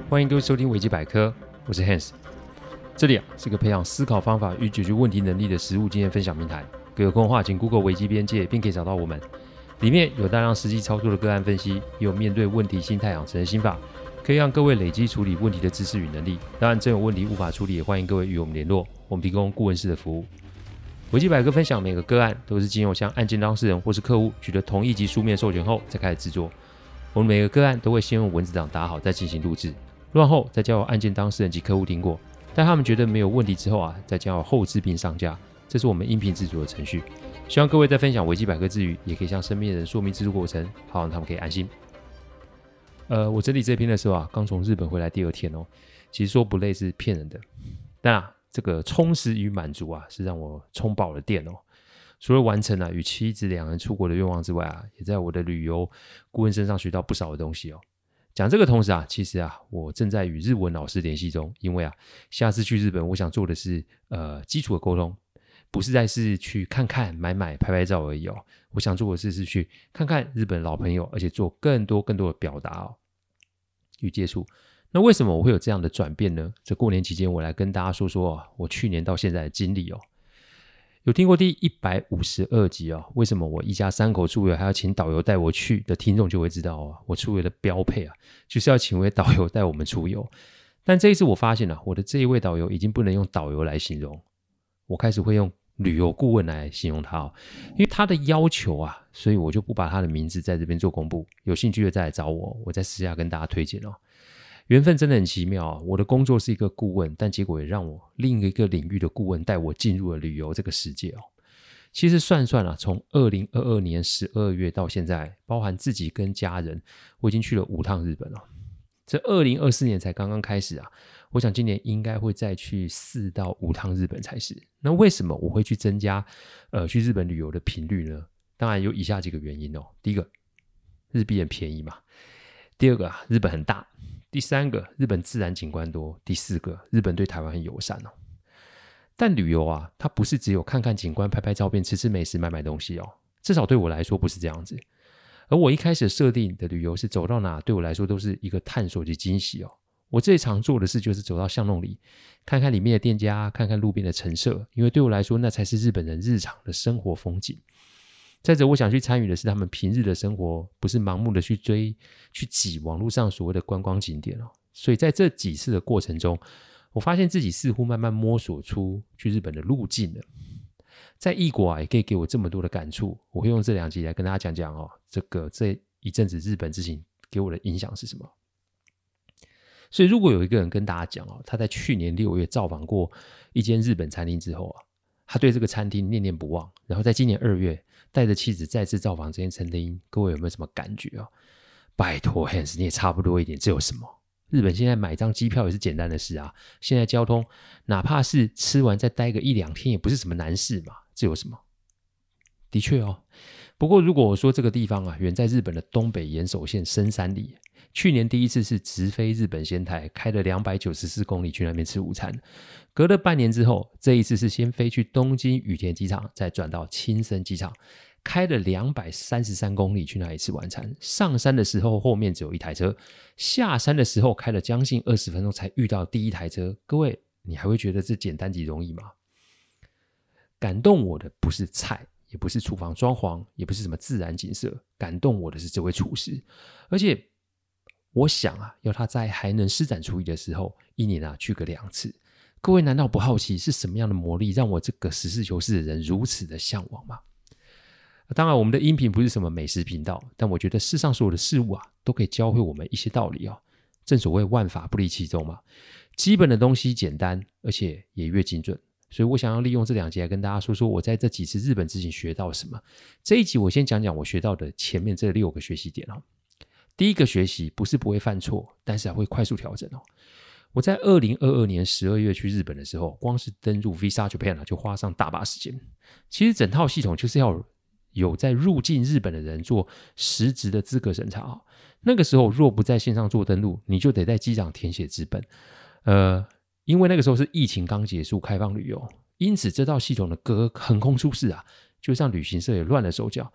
欢迎各位收听维基百科，我是 Hans。这里是个培养思考方法与解决问题能力的实务经验分享平台。各位有空的话，请 Google 维基边界，并可以找到我们。里面有大量实际操作的个案分析，也有面对问题心态养成的心法，可以让各位累积处理问题的知识与能力。当然，真有问题无法处理，也欢迎各位与我们联络，我们提供顾问式的服务。维基百科分享每个个案都是经由向案件当事人或是客户取得同意及书面授权后再开始制作。我们每个个案都会先用文字档打好，再进行录制，录完后再交由案件当事人及客户听过，待他们觉得没有问题之后再交由后制并上架。这是我们音频制作的程序。希望各位在分享维基百科之余，也可以向身边的人说明制作过程，好让他们可以安心。我整理这篇的时候刚从日本回来第二天其实说不累是骗人的，但这个充实与满足是让我充饱了电除了完成与妻子两人出国的愿望之外也在我的旅游顾问身上学到不少的东西讲这个同时其实我正在与日文老师联系中，因为下次去日本我想做的是基础的沟通，不是再是去看看买买拍拍照而已我想做的是去看看日本老朋友，而且做更多的表达与接触。那为什么我会有这样的转变呢？这过年期间我来跟大家说说我去年到现在的经历有听过第152集为什么我一家3口出游还要请导游带我去的听众就会知道我出游的标配就是要请位导游带我们出游。但这一次我发现我的这一位导游已经不能用导游来形容，我开始会用旅游顾问来形容他因为他的要求所以我就不把他的名字在这边做公布，有兴趣的再来找我再私下跟大家推荐缘分真的很奇妙我的工作是一个顾问，但结果也让我另一个领域的顾问带我进入了旅游这个世界其实算从2022年12月到现在，包含自己跟家人，我已经去了5趟日本这2024年才刚刚开始我想今年应该会再去4到5趟日本才是。那为什么我会去增加去日本旅游的频率呢？当然有以下几个原因第一个，日币很便宜嘛；第二个日本很大；第三个，日本自然景观多；第四个，日本对台湾很友善但旅游它不是只有看看景观、拍拍照片、吃吃美食、买买东西至少对我来说不是这样子。而我一开始设定的旅游是走到哪对我来说都是一个探索及惊喜我最常做的事就是走到巷弄里，看看里面的店家，看看路边的陈设，因为对我来说那才是日本人日常的生活风景。再者，我想去参与的是他们平日的生活，不是盲目的去挤网络上所谓的观光景点所以在这几次的过程中，我发现自己似乎慢慢摸索出去日本的路径了。在异国也可以给我这么多的感触，我会用这2集来跟大家讲讲这一阵子日本之行给我的影响是什么。所以如果有一个人跟大家讲他在去年6月造访过一间日本餐厅之后他对这个餐厅念念不忘，然后在今年2月带着妻子再次造访这间餐厅，各位有没有什么感觉拜托 Hans 你也差不多一点，这有什么？日本现在买张机票也是简单的事现在交通哪怕是吃完再待个1-2天也不是什么难事嘛，这有什么？的确不过如果我说这个地方远在日本的东北岩手县深山里，去年第一次是直飞日本仙台，开了294公里去那边吃午餐，隔了半年之后，这一次是先飞去东京羽田机场，再转到青森机场，开了233公里去那里吃晚餐。上山的时候后面只有1台车，下山的时候开了将近20分钟才遇到第一台车。各位你还会觉得这简单及容易吗？感动我的不是菜，也不是厨房装潢，也不是什么自然景色，感动我的是这位厨师。而且我想要他在还能施展厨艺的时候1年去个2次。各位难道不好奇是什么样的魔力让我这个实事求是的人如此的向往吗？当然我们的音频不是什么美食频道，但我觉得世上所有的事物都可以教会我们一些道理正所谓万法不离其宗嘛，基本的东西简单，而且也越精准。所以我想要利用这2集来跟大家说说我在这几次日本之行学到什么。这一集我先讲讲我学到的前面这6个学习点第一个学习不是不会犯错，但是还会快速调整我在2022年12月去日本的时候，光是登入 Visa Japan 就花上大把时间。其实整套系统就是要有在入境日本的人做实质的资格审查那个时候若不在线上做登录，你就得在机场填写纸本因为那个时候是疫情刚结束开放旅游，因此这套系统的横空出世就让旅行社也乱了手脚。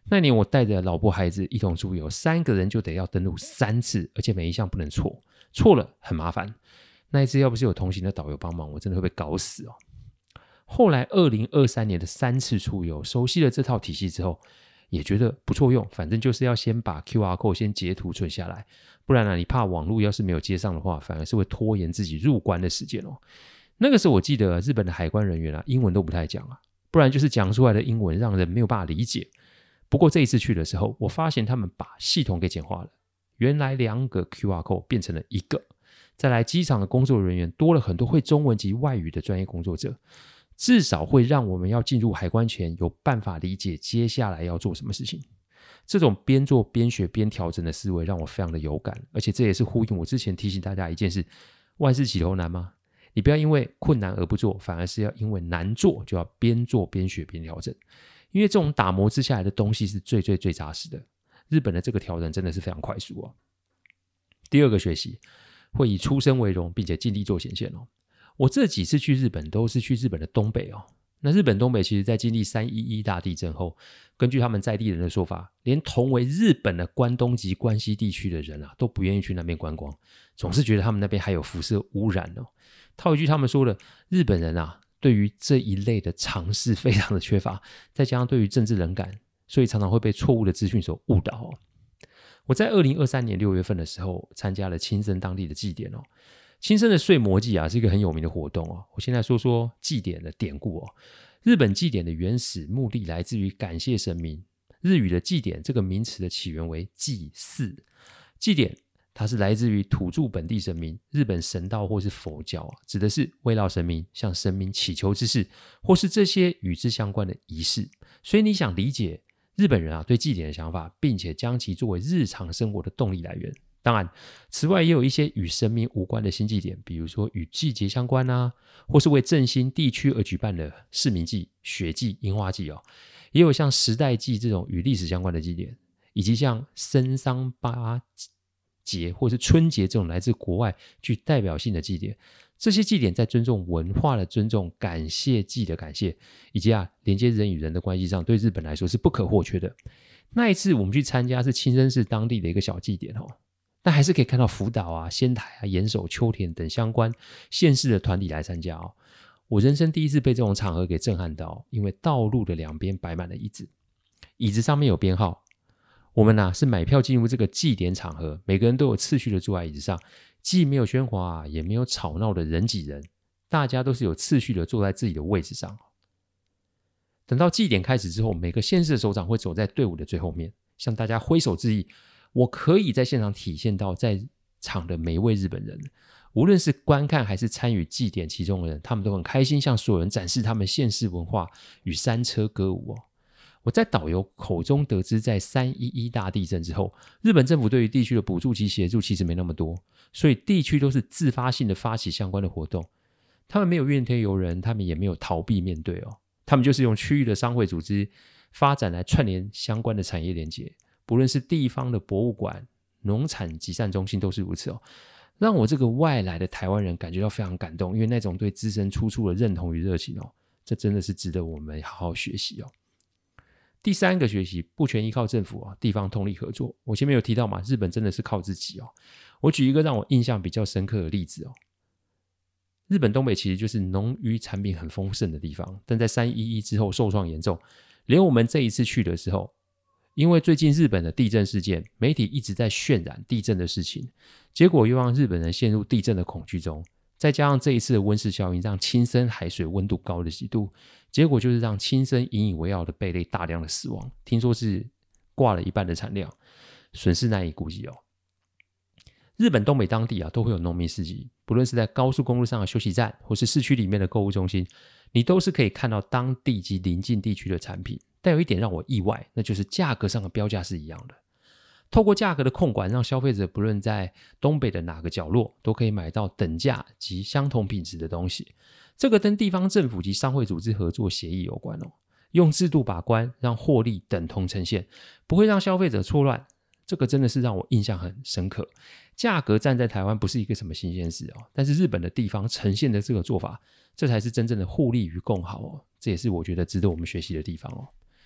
那年我带着老婆孩子一同出游，3个人就得要登陆3次，而且每一项不能错，错了很麻烦。那一次要不是有同行的导游帮忙，我真的会被搞死哦。后来2023年的3次出游，熟悉了这套体系之后，也觉得不错用，反正就是要先把 QR code 先截图存下来，不然你怕网络要是没有接上的话，反而是会拖延自己入关的时间哦。那个时候我记得日本的海关人员英文都不太讲不然就是讲出来的英文让人没有办法理解。不过这一次去的时候，我发现他们把系统给简化了，原来2个 QR code 变成了1个，再来机场的工作人员多了很多会中文及外语的专业工作者，至少会让我们要进入海关前有办法理解接下来要做什么事情。这种边做边学边调整的思维让我非常的有感，而且这也是呼应我之前提醒大家一件事，万事起头难吗？你不要因为困难而不做，反而是要因为难做就要边做边学边调整，因为这种打磨之下来的东西是最扎实的。日本的这个调整真的是非常快速第2个学习会以出身为荣，并且尽力做显现我这几次去日本都是去日本的东北那日本东北其实在经历311大地震后，根据他们在地人的说法，连同为日本的关东及关西地区的人都不愿意去那边观光，总是觉得他们那边还有辐射污染套一句他们说的，日本人对于这一类的常识非常的缺乏，再加上对于政治冷感，所以常常会被错误的资讯所误导我在2023年6月份的时候参加了青森当地的祭典青森的睡魔祭是一个很有名的活动我现在说说祭典的典故日本祭典的原始目的来自于感谢神明，日语的祭典这个名词的起源为祭祀，祭典它是来自于土著本地神明，日本神道或是佛教指的是慰劳神明、向神明祈求之事，或是这些与之相关的仪式。所以你想理解日本人对祭典的想法，并且将其作为日常生活的动力来源。当然此外也有一些与神明无关的新祭典，比如说与季节相关或是为振兴地区而举办的市民祭、雪祭、樱花祭也有像时代祭这种与历史相关的祭典，以及像森桑巴节或是春节这种来自国外具代表性的祭典。这些祭典在尊重文化的尊重、感谢祭的感谢，以及连接人与人的关系上，对日本来说是不可或缺的。那一次我们去参加是青森市当地的一个小祭典但还是可以看到福岛仙台岩手、秋田等相关县市的团体来参加我人生第一次被这种场合给震撼到，因为道路的两边摆满了椅子，椅子上面有编号，我们是买票进入这个祭典场合，每个人都有次序的坐在椅子上，既没有喧哗也没有吵闹的人挤人，大家都是有次序的坐在自己的位置上等到祭典开始之后，每个县市的首长会走在队伍的最后面，向大家挥手致意。我可以在现场体现到在场的每一位日本人，无论是观看还是参与祭典其中的人，他们都很开心向所有人展示他们县市文化与山车歌舞我在导游口中得知，在311大地震之后，日本政府对于地区的补助及协助其实没那么多，所以地区都是自发性的发起相关的活动，他们没有怨天尤人，他们也没有逃避面对他们就是用区域的商会组织发展来串联相关的产业连结，不论是地方的博物馆、农产集散中心都是如此让我这个外来的台湾人感觉到非常感动，因为那种对资深出处的认同与热情这真的是值得我们好好学习第3个学习，不全依靠政府地方通力合作。我前面有提到嘛，日本真的是靠自己我举一个让我印象比较深刻的例子日本东北其实就是农渔产品很丰盛的地方，但在311之后受创严重，连我们这一次去的时候，因为最近日本的地震事件，媒体一直在渲染地震的事情，结果又让日本人陷入地震的恐惧中，再加上这一次的温室效应让青森海水温度高了几度，结果就是让青森引以为傲的贝类大量的死亡，听说是挂了一半的产量，损失难以估计日本东北当地都会有农民市集，不论是在高速公路上的休息站，或是市区里面的购物中心，你都是可以看到当地及邻近地区的产品。但有一点让我意外，那就是价格上的标价是一样的。透过价格的控管，让消费者不论在东北的哪个角落，都可以买到等价及相同品质的东西。这个跟地方政府及商会组织合作协议有关用制度把关，让获利等同呈现，不会让消费者错乱。这个真的是让我印象很深刻。价格站在台湾不是一个什么新鲜事但是日本的地方呈现的这个做法，这才是真正的互利与共好这也是我觉得值得我们学习的地方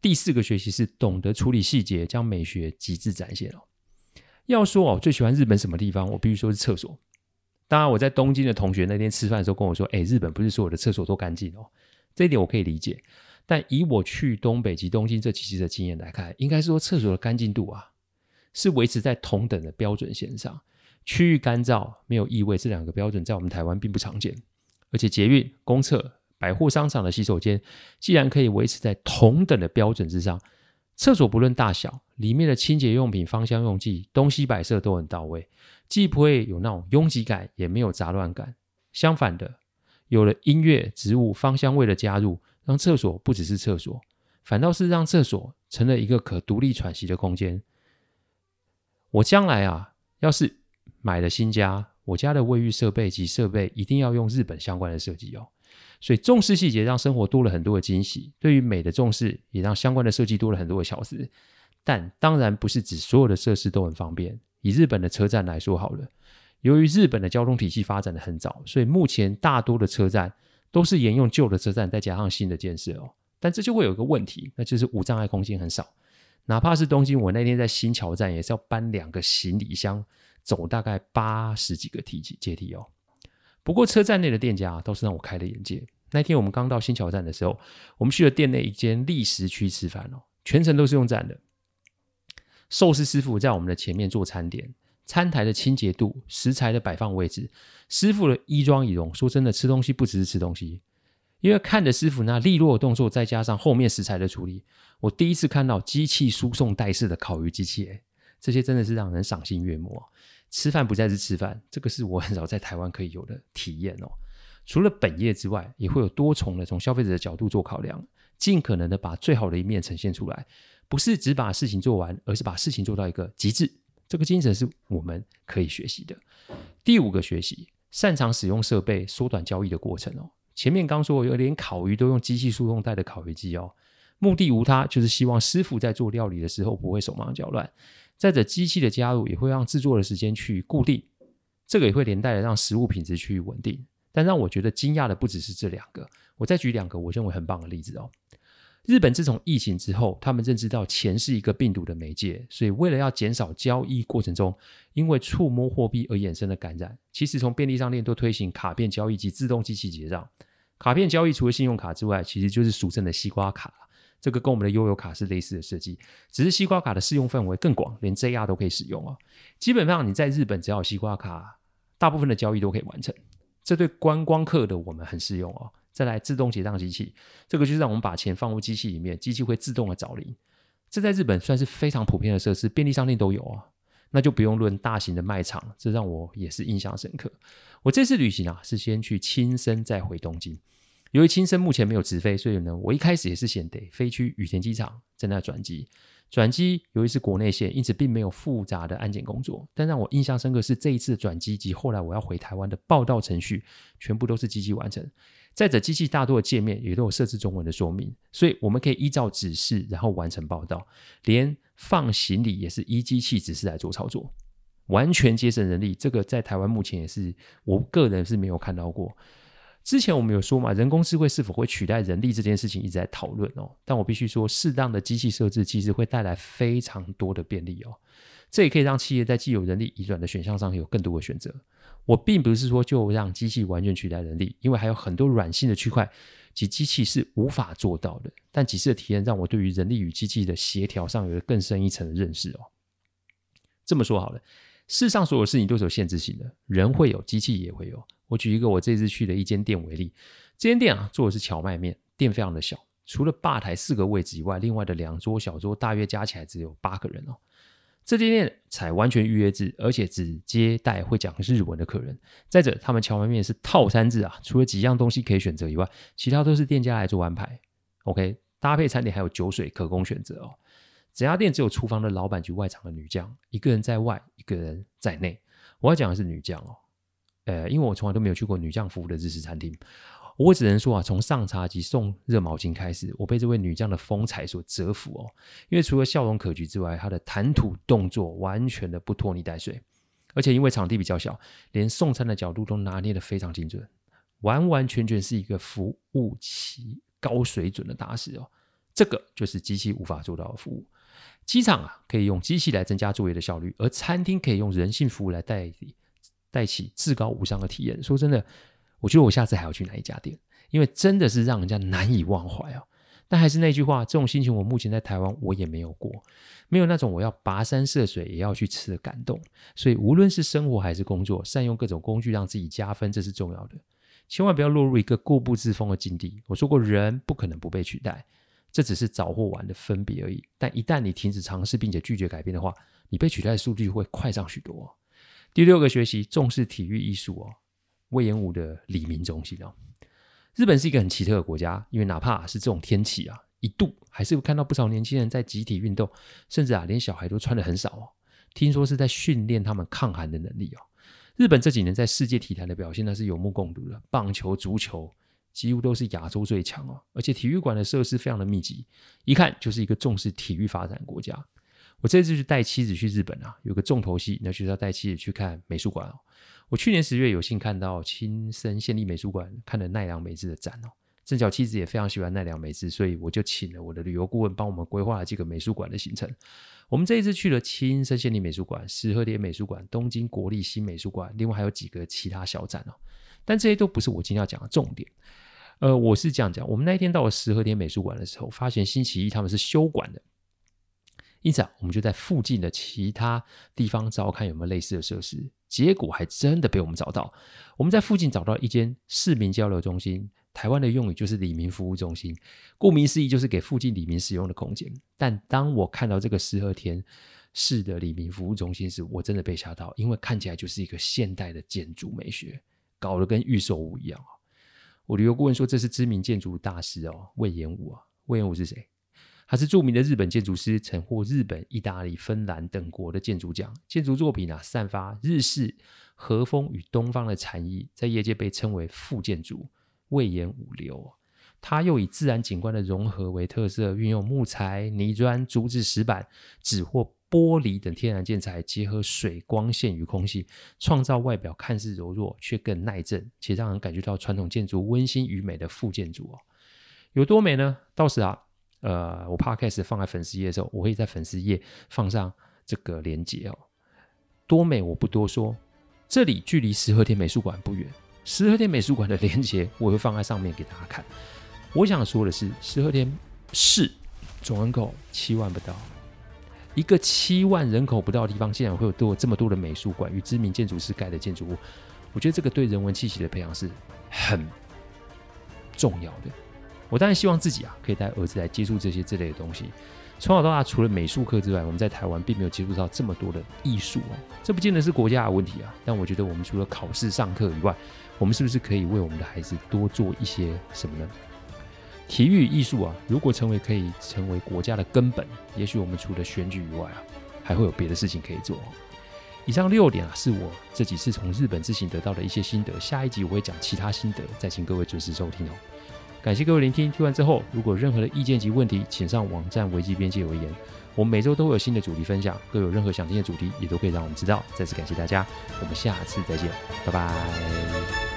第4个学习是懂得处理细节，将美学极致展现。要说最喜欢日本什么地方，我必须说是厕所。当然我在东京的同学那天吃饭的时候跟我说，日本不是所有的厕所都干净这一点我可以理解。但以我去东北及东京这几次的经验来看，应该说厕所的干净度是维持在同等的标准线上。区域干燥、没有异味这2个标准在我们台湾并不常见。而且捷运、公厕、百货商场的洗手间既然可以维持在同等的标准之上，厕所不论大小，里面的清洁用品、芳香用剂、东西摆设都很到位，既不会有那种拥挤感，也没有杂乱感。相反的，有了音乐、植物、芳香味的加入，让厕所不只是厕所，反倒是让厕所成了一个可独立喘息的空间。我将来要是买了新家，我家的卫浴设备及设备一定要用日本相关的设计所以重视细节让生活多了很多的惊喜，对于美的重视也让相关的设计多了很多的巧思。但当然不是指所有的设施都很方便。以日本的车站来说好了，由于日本的交通体系发展的很早，所以目前大多的车站都是沿用旧的车站再加上新的建设但这就会有一个问题，那就是无障碍空间很少。哪怕是东京，我那天在新桥站也是要搬2个行李箱，走大概80几个阶梯不过车站内的店家倒是让我开了眼界。那天我们刚到新桥站的时候，我们去了店内一间历食区吃饭全程都是用站的。寿司师傅在我们的前面做餐点，餐台的清洁度、食材的摆放位置、师傅的衣装仪容，说真的，吃东西不只是吃东西。因为看着师傅那利落的动作，再加上后面食材的处理，我第一次看到机器输送带式的烤鱼机器这些真的是让人赏心悦目吃饭不再是吃饭，这个是我很少在台湾可以有的体验除了本业之外，也会有多重的从消费者的角度做考量，尽可能的把最好的一面呈现出来，不是只把事情做完，而是把事情做到一个极致。这个精神是我们可以学习的。第5个学习，擅长使用设备，缩短交易的过程前面刚说有连烤鱼都用机器输送带的烤鱼机目的无他，就是希望师傅在做料理的时候不会手忙脚乱。再者，机器的加入也会让制作的时间去固定，这个也会连带的让食物品质趋于稳定。但让我觉得惊讶的不只是这2个，我再举2个我认为很棒的例子日本自从疫情之后，他们认知到钱是一个病毒的媒介，所以为了要减少交易过程中因为触摸货币而衍生的感染，其实从便利商店都推行卡片交易及自动机器结账。卡片交易除了信用卡之外，其实就是俗称的西瓜卡，这个跟我们的悠游卡是类似的设计，只是西瓜卡的适用范围更广，连 JR 都可以使用基本上你在日本只要有西瓜卡，大部分的交易都可以完成，这对观光客的我们很适用再来自动结账机器，这个就是让我们把钱放入机器里面，机器会自动的找零，这在日本算是非常普遍的设施，便利商店都有那就不用论大型的卖场，这让我也是印象深刻。我这次旅行是先去青森再回东京，由于青森目前没有直飞，所以呢，我一开始也是先得飞去羽田机场在那转机。转机由于是国内线，因此并没有复杂的安检工作，但让我印象深刻是这一次的转机及后来我要回台湾的报到程序全部都是机器完成。再者，机器大多的界面也都有设置中文的说明，所以我们可以依照指示然后完成报到，连放行李也是依机器指示来做操作，完全节省人力。这个在台湾目前也是我个人是没有看到过。之前我们有说嘛，人工智慧是否会取代人力这件事情一直在讨论但我必须说，适当的机器设置其实会带来非常多的便利这也可以让企业在既有人力移转的选项上有更多的选择。我并不是说就让机器完全取代人力，因为还有很多软性的区块及机器是无法做到的，但几次的体验让我对于人力与机器的协调上有了更深一层的认识这么说好了，世上所有事情都是有限制性的，人会有，机器也会有。我举一个我这次去的一间店为例，这间店做的是荞麦面，店非常的小，除了吧台4个位置以外，另外的2桌小桌大约加起来只有8个人这间店采完全预约制，而且只接待会讲日文的客人。再者，他们荞麦面是套餐制除了几样东西可以选择以外，其他都是店家来做安排。OK， 搭配餐点还有酒水可供选择整家店只有厨房的老板及外场的女将，一个人在外，一个人在内。我要讲的是女将因为我从来都没有去过女将服务的日式餐厅，我只能说从上茶及送热毛巾开始，我被这位女将的风采所折服因为除了笑容可掬之外，她的谈吐动作完全的不拖泥带水，而且因为场地比较小，连送餐的角度都拿捏得非常精准，完完全全是一个服务期高水准的大师这个就是机器无法做到的服务。机场可以用机器来增加作业的效率，而餐厅可以用人性服务来带起至高无上的体验。说真的，我觉得我下次还要去哪一家店，因为真的是让人家难以忘怀啊。但还是那句话，这种心情我目前在台湾我也没有过，没有那种我要跋山涉水也要去吃的感动。所以无论是生活还是工作，善用各种工具让自己加分，这是重要的。千万不要落入一个固步自封的境地。我说过，人不可能不被取代，这只是早或晚的分别而已。但一旦你停止尝试并且拒绝改变的话，你被取代的速率会快上许多。第6个学习，重视体育艺术隈研吾的李明中心日本是一个很奇特的国家，因为哪怕是这种天气一度还是会看到不少年轻人在集体运动，甚至连小孩都穿得很少听说是在训练他们抗寒的能力日本这几年在世界体坛的表现那是有目共睹的，棒球、足球几乎都是亚洲最强而且体育馆的设施非常的密集，一看就是一个重视体育发展的国家。我这次去带妻子去日本有个重头戏，那就是要带妻子去看美术馆我去年10月有幸看到青森县立美术馆看了奈良美智的展正巧妻子也非常喜欢奈良美智，所以我就请了我的旅游顾问帮我们规划了几个美术馆的行程。我们这一次去了青森县立美术馆、石河田美术馆、东京国立新美术馆，另外还有几个其他小展但这些都不是我今天要讲的重点。我是这样讲，我们那一天到了石河田美术馆的时候，发现星期一他们是休馆的，因此我们就在附近的其他地方找看有没有类似的设施，结果还真的被我们找到。我们在附近找到一间市民交流中心，台湾的用语就是里民服务中心，顾名思义就是给附近里民使用的空间。但当我看到这个石河田市的里民服务中心时，我真的被吓到，因为看起来就是一个现代的建筑美学，搞得跟预售屋一样我旅游顾问说这是知名建筑大师隈研吾隈研吾是谁？他是著名的日本建筑师，曾获日本、意大利、芬兰等国的建筑奖。建筑作品散发日式和风与东方的禅意，在业界被称为复建筑、隈研吾流。他又以自然景观的融合为特色，运用木材、泥砖、竹子、石板、纸或玻璃等天然建材，结合水、光线与空气，创造外表看似柔弱却更耐震，且让人感觉到传统建筑温馨与美的复建筑有多美呢？到时我 podcast 放在粉丝页的时候，我会在粉丝页放上这个连结多美我不多说，这里距离石河田美术馆不远，石河田美术馆的连结我会放在上面给大家看。我想说的是，石河田市总人口7万不到，一个7万人口不到的地方竟然会有这么多的美术馆与知名建筑师盖的建筑物，我觉得这个对人文气息的培养是很重要的。我当然希望自己可以带儿子来接触这类的东西。从小到大，除了美术课之外，我们在台湾并没有接触到这么多的艺术这不见得是国家的问题但我觉得我们除了考试上课以外，我们是不是可以为我们的孩子多做一些什么呢？体育艺术如果可以成为国家的根本，也许我们除了选举以外还会有别的事情可以做以上6点是我这几次从日本之行得到的一些心得，下一集我会讲其他心得，再请各位准时收听感谢各位聆听，听完之后如果有任何的意见及问题，请上网站维基边界留言，我们每周都会有新的主题分享，各有任何想听的主题也都可以让我们知道。再次感谢大家，我们下次再见，拜拜。